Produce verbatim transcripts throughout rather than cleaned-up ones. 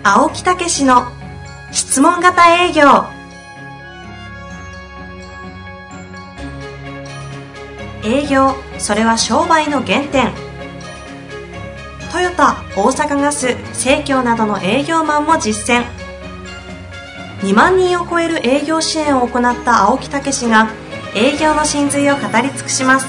青木武氏の質問型営業。営業、それは商売の原点。トヨタ、大阪ガス、生協などの営業マンも実践。にまんにんを超える営業支援を行った青木武氏が営業の真髄を語り尽くします。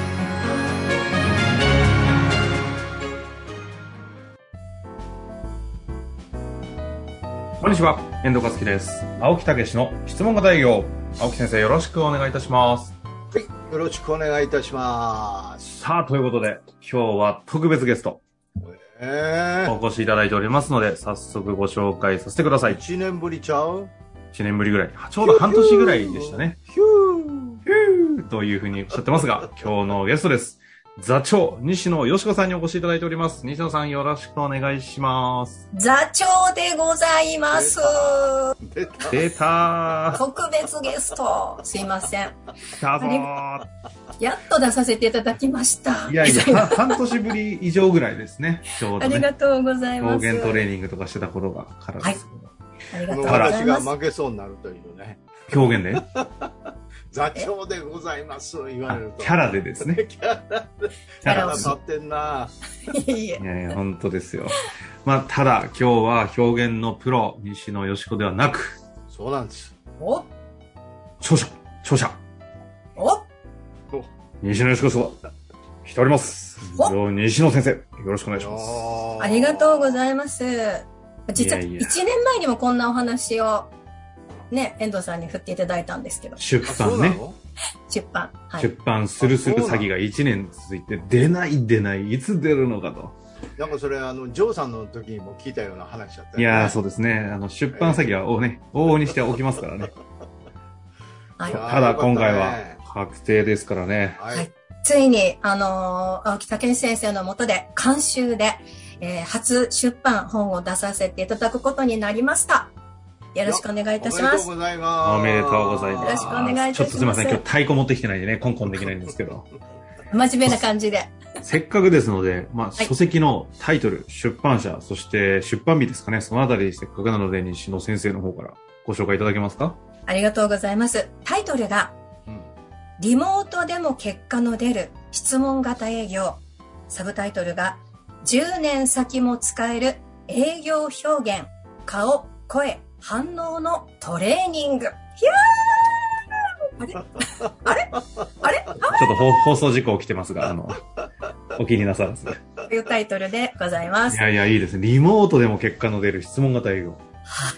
こんにちは、遠藤和樹です。青木武の質問型営業。青木先生、よろしくお願いいたします。 はい、よろしくお願いいたします。 さあ、ということで、今日は特別ゲスト、えー、お越しいただいておりますので、早速ご紹介させてください。 いちねんぶりちゃう ? いち 年ぶりぐらい。ちょうど半年ぐらいでしたね。 ヒューヒューというふうにおっしゃってますが、今日のゲストです。座長、西野よしこさんにお越しいただいております。西野さん、よろしくお願いします。 座長でございます。 出た。出た。 特別ゲスト。すいません。 来たぞー。 やっと出させていただきました。 いやいや、半年ぶり以上ぐらいですね。ちょうどね。 ありがとうございます。 表現トレーニングとかしてた頃がからですけど。 はい、ありがとうございます。 私が負けそうになるというね。 表現で座長でございます言われると。 キャラでですね。 キャラで。キャラ立ってんな。 いやいや。 いやいや、本当ですよ。まあ、ただ、今日は表現のプロ、西野よしこではなく。 そうなんです。 お著者、著者。 お西野よしこさん、来ております。西野先生、よろしくお願いします。 ありがとうございます。実はいちねんまえにもこんなお話を、ね、遠藤さんに振っていただいたんですけど。 出版ね。 出版、はい。 出版するする詐欺がいちねん続いて、出ない出ない、いつ出るのかと。 なんかそれ、あの、ジョーさんの時にも聞いたような話だったよね。 いやー、そうですね。あの、出版詐欺は、おね、往々にしておきますからね。はい、ただ、今回は確定ですからね。 はい。はい、ついに、あのー、青木武先生の下で、監修で、えー、初出版本を出させていただくことになりました。よろしくお願いいたします。 おめでとうございます。 おめでとうございます。 よろしくお願いいたします。 ちょっとすみません、今日太鼓持ってきてないんでね、コンコンできないんですけど。 真面目な感じで。 せっかくですので、まあ、はい、書籍のタイトル、出版社、そして出版日ですかね、そのあたりせっかくなので、西野先生の方からご紹介いただけますか？ ありがとうございます。タイトルが、うん、リモートでも結果の出る質問型営業。サブタイトルが、じゅうねん先も使える営業表現、顔、声、反応のトレーニング。ひゃーあれあれあれちょっと放送事故起きてますが、あの、お気になさらず。 というタイトルでございます。 いやいや、いいですね。リモートでも結果の出る質問型営業。 はい。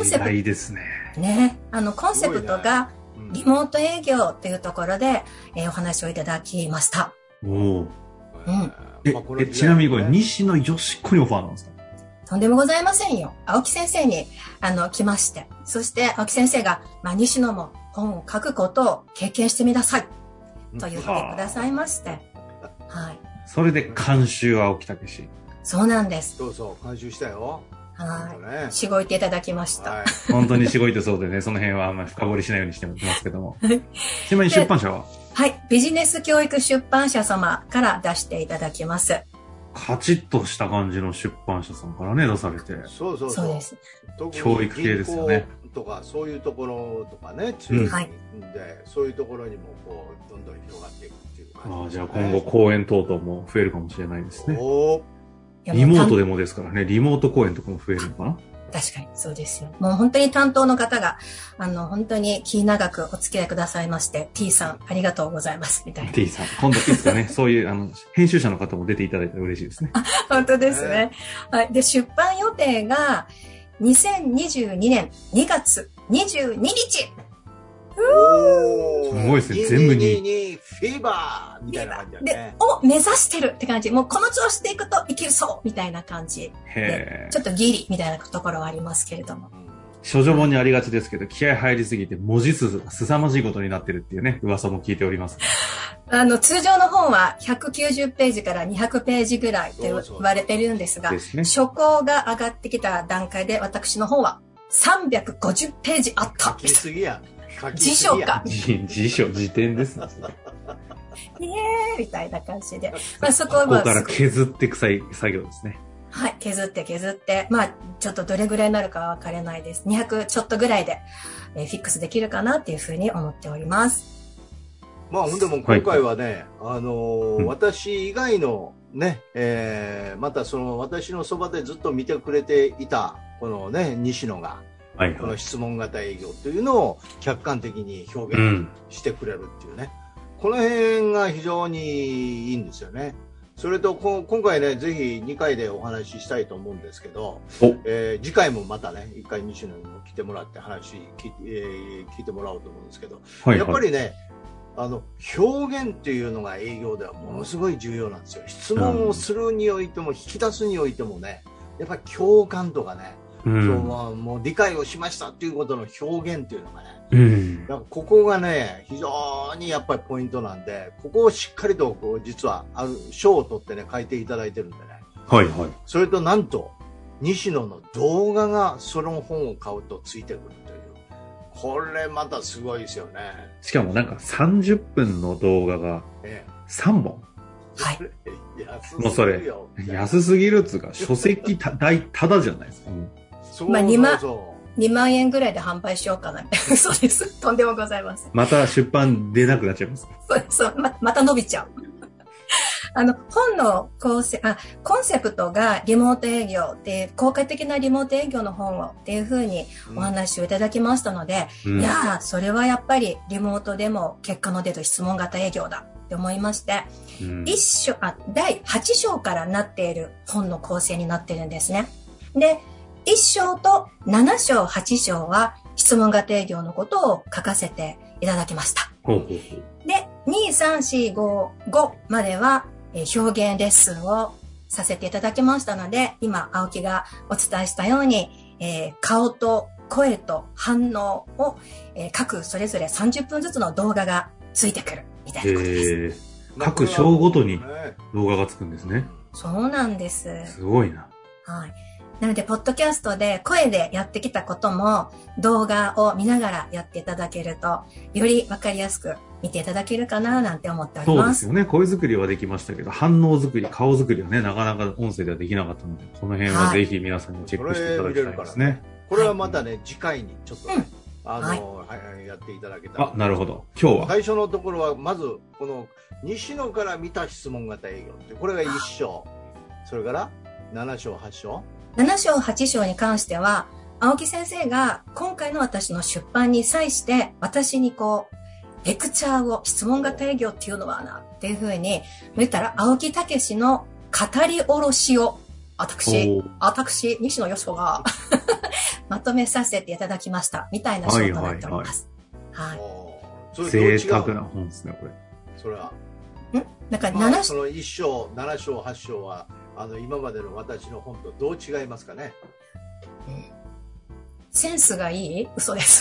時代ですね。 ね。あの、コンセプトが、リモート営業っていうところで、えー、お話をいただきました。 おお。 うん。 え、えちなみにこれ、西野よしこにオファーなんですか？ とんでもございませんよ。青木先生に、あの、来まして。そして、青木先生が、まあ、西野も本を書くことを経験してみなさい。と言ってくださいまして。はい。 それで監修は青木武史。 そうなんです。 そうそう、監修したよ。 はい。ね、しごいていただきました。はい、 本当にしごいてそうでね、その辺はあんまり深掘りしないようにしてますけども。ちなみに出版社は？ はい。ビジネス教育出版社様から出していただきます。 カチッとした感じの出版社さんからね、出されて。 そうそうそう。 そうです。 教育系ですよね。 とか、そういうところとかね、強いんで、 うん、 そういうところにもこう、どんどん広がっていくっていう感じですね。 ああ、じゃあ今後講演等々も増えるかもしれないですね。 おリモートでもですからね、リモート講演とかも増えるのかな？ 確かに、そうですよ。もう本当に担当の方が、あの、本当に気長くお付き合いくださいまして、T さん、ありがとうございます、みたいな。 T さん、今度いつかね、そういう、あの、編集者の方も出ていただいたら嬉しいですね。 あ、本当ですね。はい。で、出版予定が、にせんにじゅうにねんにがつにじゅうににち。 すごいですね、全部に。 にフィーバーみたいな感じだね。 で、を目指してるって感じ。もうこの調子でいくといけるそうみたいな感じで。ちょっとギリみたいなところはありますけれども。 書状本にありがちですけど、気合入りすぎて文字数が凄まじいことになってるっていうね、噂も聞いております。 あの、通常の本はひゃくきゅうじゅうページからにひゃくページぐらいって言われてるんですが、 ですね、 初稿が上がってきた段階で私の本はさんびゃくごじゅうページあった。 書きすぎや。 辞書か。 辞書、辞典ですね。 イエーイみたいな感じで。まあ、そこは、 ここから削ってくさい作業ですね。 はい、削って削って、まあ、ちょっとどれぐらいになるかは分からないです。にひゃくちょっとぐらいで、えー、フィックスできるかなっていうふうに思っております。 まあ、ほんでも今回はね、はい、あのーうん、私以外のね、えー、またその私のそばでずっと見てくれていた、このね、西野が、はいはい、この質問型営業というのを客観的に表現してくれるっていうね、うん、この辺が非常にいいんですよね。それとこ今回ね、ぜひにかいでお話ししたいと思うんですけど、えー、次回もまたね、いっかい西野にも来てもらって話聞い、えー、聞いてもらおうと思うんですけど、はいはい、やっぱりね、あの表現っていうのが営業ではものすごい重要なんですよ。質問をするにおいても、引き出すにおいてもね、やっぱり共感とかね、うん、そうもう理解をしましたっていうことの表現っていうのがね、うん、だからここがね非常にやっぱりポイントなんで、ここをしっかりとこう実はある賞を取ってね書いていただいてるんでね、はいはい、それとなんと西野の動画がその本を買うとついてくるという、これまたすごいですよね。 しかもなんかさんじゅっぷんの動画がさんぼん、 はい、 もうそれ安すぎるっつうか、書籍た大ただじゃないですか。 まあにまんにまんえんぐらいで販売しようかな。そうです。とんでもございません。 また出版出なくなっちゃいます。 そうそう、ま、また伸びちゃう。あの、本の構成、あ、コンセプトがリモート営業っていう、効果的なリモート営業の本をっていうふうにお話をいただきましたので、うん、いやー、それはやっぱりリモートでも結果の出る質問型営業だって思いまして、うん、一章、あ、だいはち章からなっている本の構成になってるんですね。で、いっ章となな章、はち章は質問型営業のことを書かせていただきました。ほうほうほう。で、に、さん、よん、ご、ごまでは表現レッスンをさせていただきましたので、今、青木がお伝えしたように、えー、顔と声と反応を、えー、各それぞれさんじゅっぷんずつの動画がついてくるみたいなことです。 各章ごとに動画がつくんですね。 そうなんです。 すごいな。 はい。なので、ポッドキャストで声でやってきたことも動画を見ながらやっていただけると、よりわかりやすく見ていただけるかななんて思っております。 そうですよね。声作りはできましたけど、反応作り、顔作りはね、なかなか音声ではできなかったので、この辺はぜひ皆さんにチェックしていただきたいですね。はい、 これはまたね、はい、次回にちょっとね、うん、あの、はい、やっていただけたら。 あ、なるほど。今日は。 最初のところは、まず、この、西野から見た質問型営業って、これがいっ章。それから、なな章、はち章。 なな章、はち章に関しては、青木先生が今回の私の出版に際して、私にこう、レクチャーを、質問型営業っていうのはな、っていうふうに言ったら、青木武の語り下ろしを、私、私、西野よしこがまとめさせていただきました。みたいな章となっております。はいはいはい。贅沢な本ですね、これ。 それは。 んなんかなな、まあ、そのいっ章、なな章、はち章は、あの今までの私の本とどう違いますかね。 うん、センスがいい？嘘です。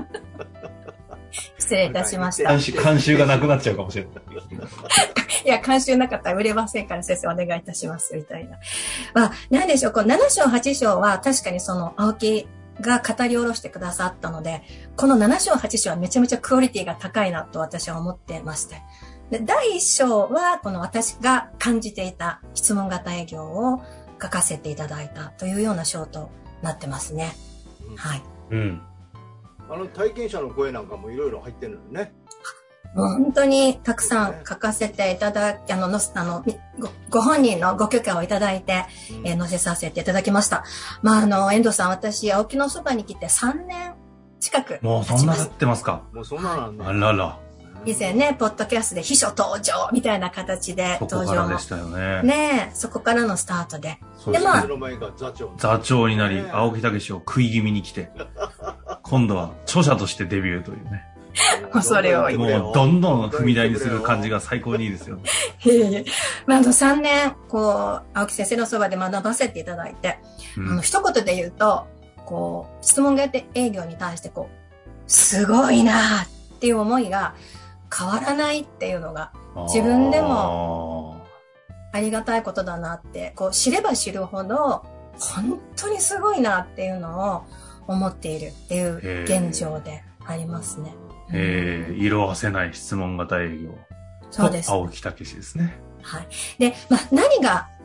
失礼いたしました。 監修、監修がなくなっちゃうかもしれない。 いや、監修なかったら売れませんから先生お願いいたしますみたいな。まあ、なんでしょう、このなな章、はち章は確かにその青木が語り下ろしてくださったので、このなな章、はち章はめちゃめちゃクオリティが高いなと私は思ってまして。で、だいいっ章は、この私が感じていた質問型営業を書かせていただいたというような章となってますね。うん、はい。うん。 あの体験者の声なんかもいろいろ入ってるのね。 もう本当にたくさん書かせていただき、あの、のあのご、ご本人のご許可をいただいて、うん、えー、載せさせていただきました。まあ、あの、遠藤さん、私、青木のそばに来てさんねん近く経ちます。 もうそんな経ってますか。 もうそんななんだ。 あらら。 以前ね、ポッドキャストで秘書登場みたいな形で登場も。そこからでしたよね。 ねえ、そこからのスタートで。 で、まあ、座長になり、青木武を食い気味に来て、今度は著者としてデビューというね。 恐れ多い。 もうどんどん踏み台にする感じが最高にいいですよね。 まあ、あのさんねん、こう、青木先生のそばで学ばせていただいて、うん、あの、一言で言うと、こう、質問型営業に対して、こう、すごいなっていう思いが変わらないっていうのが、自分でもありがたいことだなって、こう、知れば知るほど、本当にすごいなっていうのを思っているっていう現状でありますね。 えー、色褪せない質問型営業。 そうです。 青木武ですね。 はい。で、まあ、何が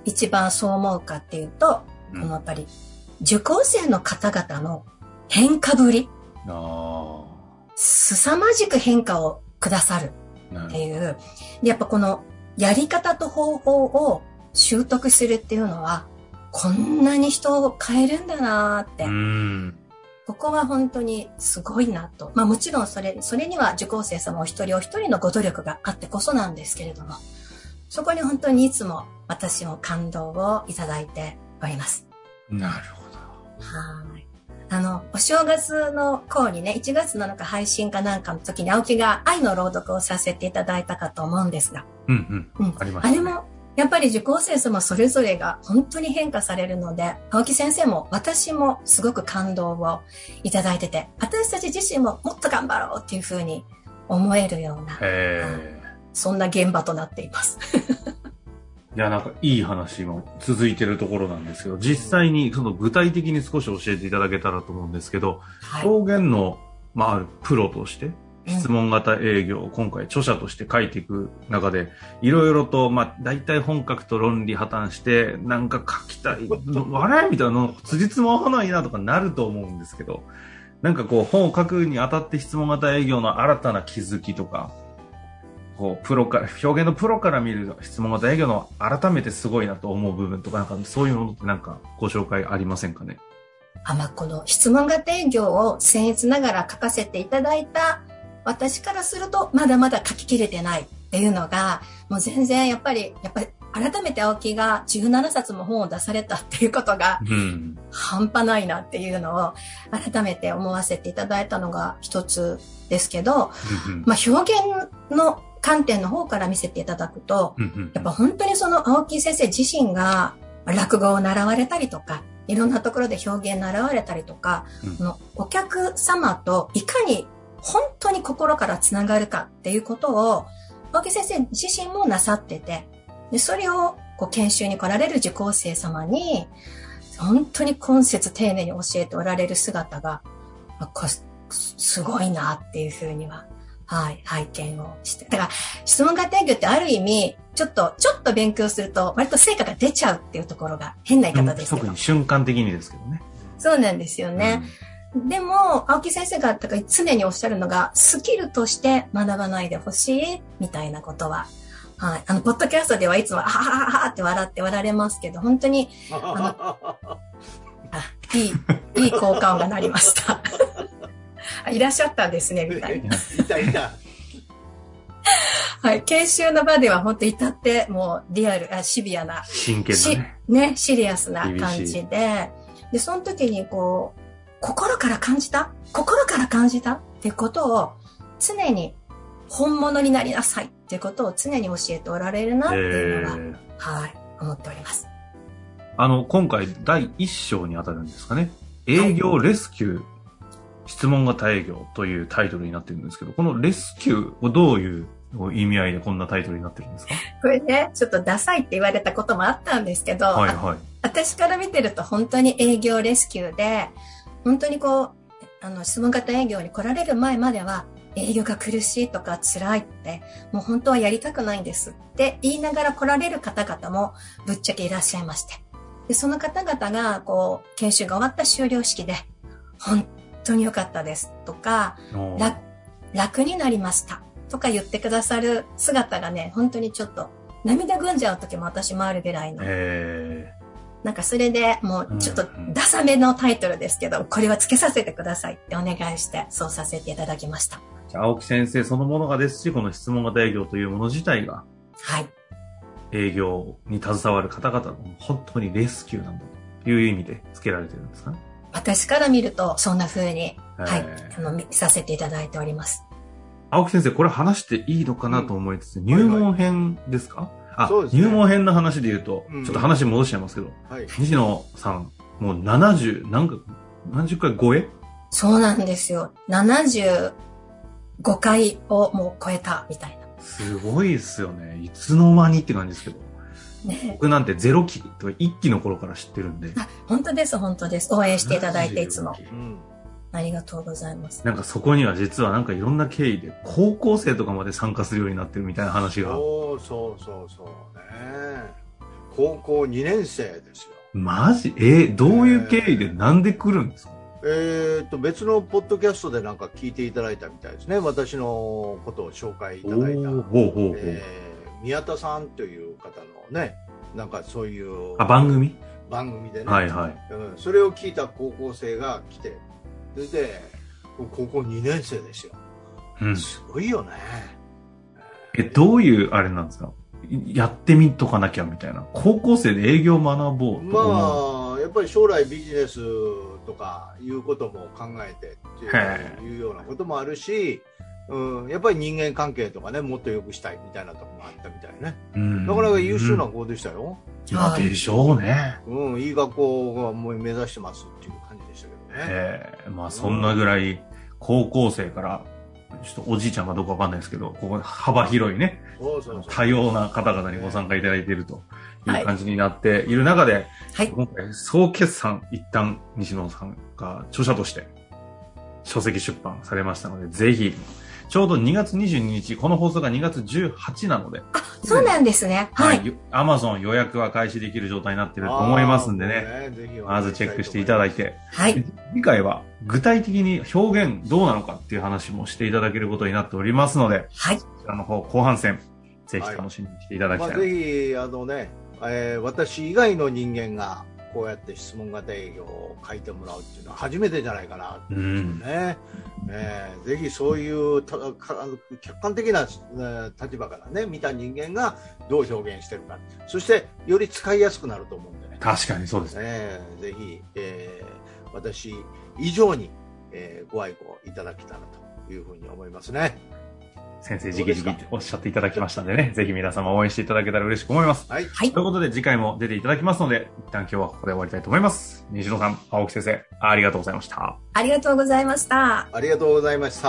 一番そう思うかっていうと、うん、このやっぱり受講生の方々の変化ぶり。あ凄まじく変化をくださるっていう。でやっぱこのやり方と方法を習得するっていうのは、こんなに人を変えるんだなーって。うんここは本当にすごいなと。まあもちろんそれ、それには受講生様お一人お一人のご努力があってこそなんですけれども、そこに本当にいつも私も感動をいただいております。 なるほど。 はい。あの、お正月の頃にね、いちがつなのか配信かなんかの時に青木が愛の朗読をさせていただいたかと思うんですが。 うんうん。うん、ありました、ね。 あれも、やっぱり受講生様それぞれが本当に変化されるので、青木先生も私もすごく感動をいただいてて、私たち自身ももっと頑張ろうっていうふうに思えるような、そんな現場となっています。 いや、なんかいい話も続いてるところなんですけど、実際にその具体的に少し教えていただけたらと思うんですけど、はい、表現の、まあ、あるプロとして、質問型営業を今回著者として書いていく中で、いろいろと、まあ、大体本格と論理破綻して、なんか書きたい、あれみたいなの、辻褄合わないなとかなると思うんですけど、なんかこう、本を書くにあたって質問型営業の新たな気づきとか、こう、プロから、表現のプロから見る質問型営業の改めてすごいなと思う部分とか、なんかそういうものってなんかご紹介ありませんかね？ あ、まあ、この質問型営業を僭越ながら書かせていただいた私からするとまだまだ書ききれてないっていうのが、もう全然やっぱり、やっぱり改めて青木がじゅうななさつも本を出されたっていうことが半端ないなっていうのを改めて思わせていただいたのが一つですけど、まあ表現の観点の方から見せていただくと、やっぱ本当にその青木先生自身が落語を習われたりとか、いろんなところで表現習われたりとか、このお客様といかに本当に心からつながるかっていうことを青木先生自身もなさってて、でそれをこう研修に来られる受講生様に本当に今節丁寧に教えておられる姿が、まあ、こすごいなっていうふうには、はい、拝見をして。だから質問型営業ってある意味ちょっとちょっと勉強すると割と成果が出ちゃうっていうところが変な言い方ですけど、 特に瞬間的にですけどね。 そうなんですよね。うん、でも青木先生が常におっしゃるのが、スキルとして学ばないでほしいみたいなことは、はい、あのポッドキャストではいつもははははって笑っておられますけど、本当にあのあいいいい効果音が鳴りましたいらっしゃったんですねみたいな。いたいた。はい、研修の場では本当に至ってもうリアル、あシビアな、 真剣なね、 ね、シリアスな感じで、でその時にこう心から感じた心から感じたっていうことを常に本物になりなさいっていうことを常に教えておられるなっていうのは、はい、思っております。 あの、今回だいいっ章にあたるんですかね。営業レスキュー、はい、質問型営業というタイトルになってるんですけど、このレスキューをどういう意味合いでこんなタイトルになってるんですか？ これね、ちょっとダサいって言われたこともあったんですけど、はいはい、私から見てると本当に営業レスキューで、本当にこう、あの、質問型営業に来られる前までは、営業が苦しいとか辛いって、もう本当はやりたくないんですって言いながら来られる方々もぶっちゃけいらっしゃいまして。で、その方々が、こう、研修が終わった終了式で、本当に良かったですとか、楽、楽になりましたとか言ってくださる姿がね、本当にちょっと涙ぐんじゃう時も私もあるぐらいの。へー。なんかそれでもうちょっとダサめのタイトルですけど、これはつけさせてくださいってお願いしてそうさせていただきました。 じゃあ青木先生そのものがですし、この質問型営業というもの自体が、 はい、営業に携わる方々の本当にレスキューなんだという意味で付けられてるんですかね。 私から見るとそんな風に、はい、あの見させていただいております。 青木先生これ話していいのかなと思いつつ、うん、入門編ですか？あ、ね、入門編の話で言うと、うん、ちょっと話戻しちゃいますけど、はい、西野さん、もうななじゅう、なんか、何十回超え？ そうなんですよ。ななじゅうごかいをもう超えたみたいな。 すごいですよね。いつの間にって感じですけど。ね、僕なんてゼロ期とかいっきの頃から知ってるんで。 あ、本当です、本当です。応援していただいていつも。うん、ありがとうございます。 なんかそこには実はなんかいろんな経緯で高校生とかまで参加するようになってるみたいな話が。 そうそうそうそうね。 高校にねん生ですよ。 マジ？えー、どういう経緯でなんで来るんですか？ えー、と別のポッドキャストでなんか聞いていただいたみたいですね。私のことを紹介いただいた、 ほうほうほう、 えー、宮田さんという方のね、なんかそういうあ番組番組でね、 はいはい、 うん、それを聞いた高校生が来て、それで高校にねん生ですよ、うん、すごいよね。 えどういうあれなんですか？やってみとかなきゃみたいな。高校生で営業を学ぼうと。 まあやっぱり将来ビジネスとかいうことも考えてっていうようなこともあるし、うん、やっぱり人間関係とかね、もっと良くしたいみたいなところもあったみたいね。うん、なかなか優秀な子でしたよ。 いやでしょうね。 うん、いい学校がもう目指してますっていう感じでしたけどね。 ええ、まあそんなぐらい高校生からちょっとおじいちゃんがどうかわかんないですけど、ここ幅広いね、そうそうそう、多様な方々にご参加いただいているという感じになっている中で、はい、今回総決算一旦西野さんが著者として書籍出版されましたので、ぜひちょうどにがつにじゅうににち、この放送がにがつじゅうはちなので、 あ、そうなんですね。はい。 アマゾン予約は開始できる状態になっていると思いますんでね、ねまずチェックしていただいて、はい。次回は具体的に表現どうなのかっていう話もしていただけることになっておりますので、はい。こちらの方、後半戦、ぜひ楽しみにしていただきたい。はい、まあ、 ぜひ、あのね、えー、私以外の人間が、こうやって質問型営業を書いてもらうっていうのは初めてじゃないかなって思うんですよね。うん、えー、ぜひそういうたか客観的な、えー、立場からね見た人間がどう表現してるか、そしてより使いやすくなると思うんでね。 確かにそうですね。 えー、ぜひ、えー、私以上に、えー、ご愛顧いただけたらというふうに思いますね。 先生直々っておっしゃっていただきましたんでね、ぜひ皆様応援していただけたら嬉しく思います。はい。ということで次回も出ていただきますので、一旦今日はここで終わりたいと思います。西野さん、青木先生、ありがとうございました。 ありがとうございました。 ありがとうございました。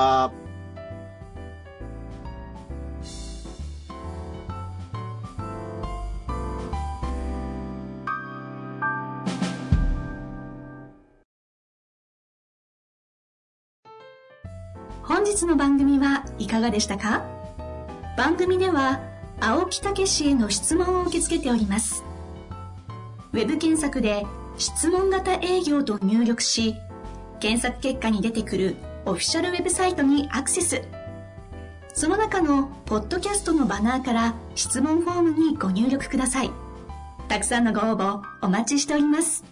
本日の番組はいかがでしたか？番組では青木武氏への質問を受け付けております。ウェブ検索で質問型営業と入力し、検索結果に出てくるオフィシャルウェブサイトにアクセス。その中のポッドキャストのバナーから質問フォームにご入力ください。たくさんのご応募お待ちしております。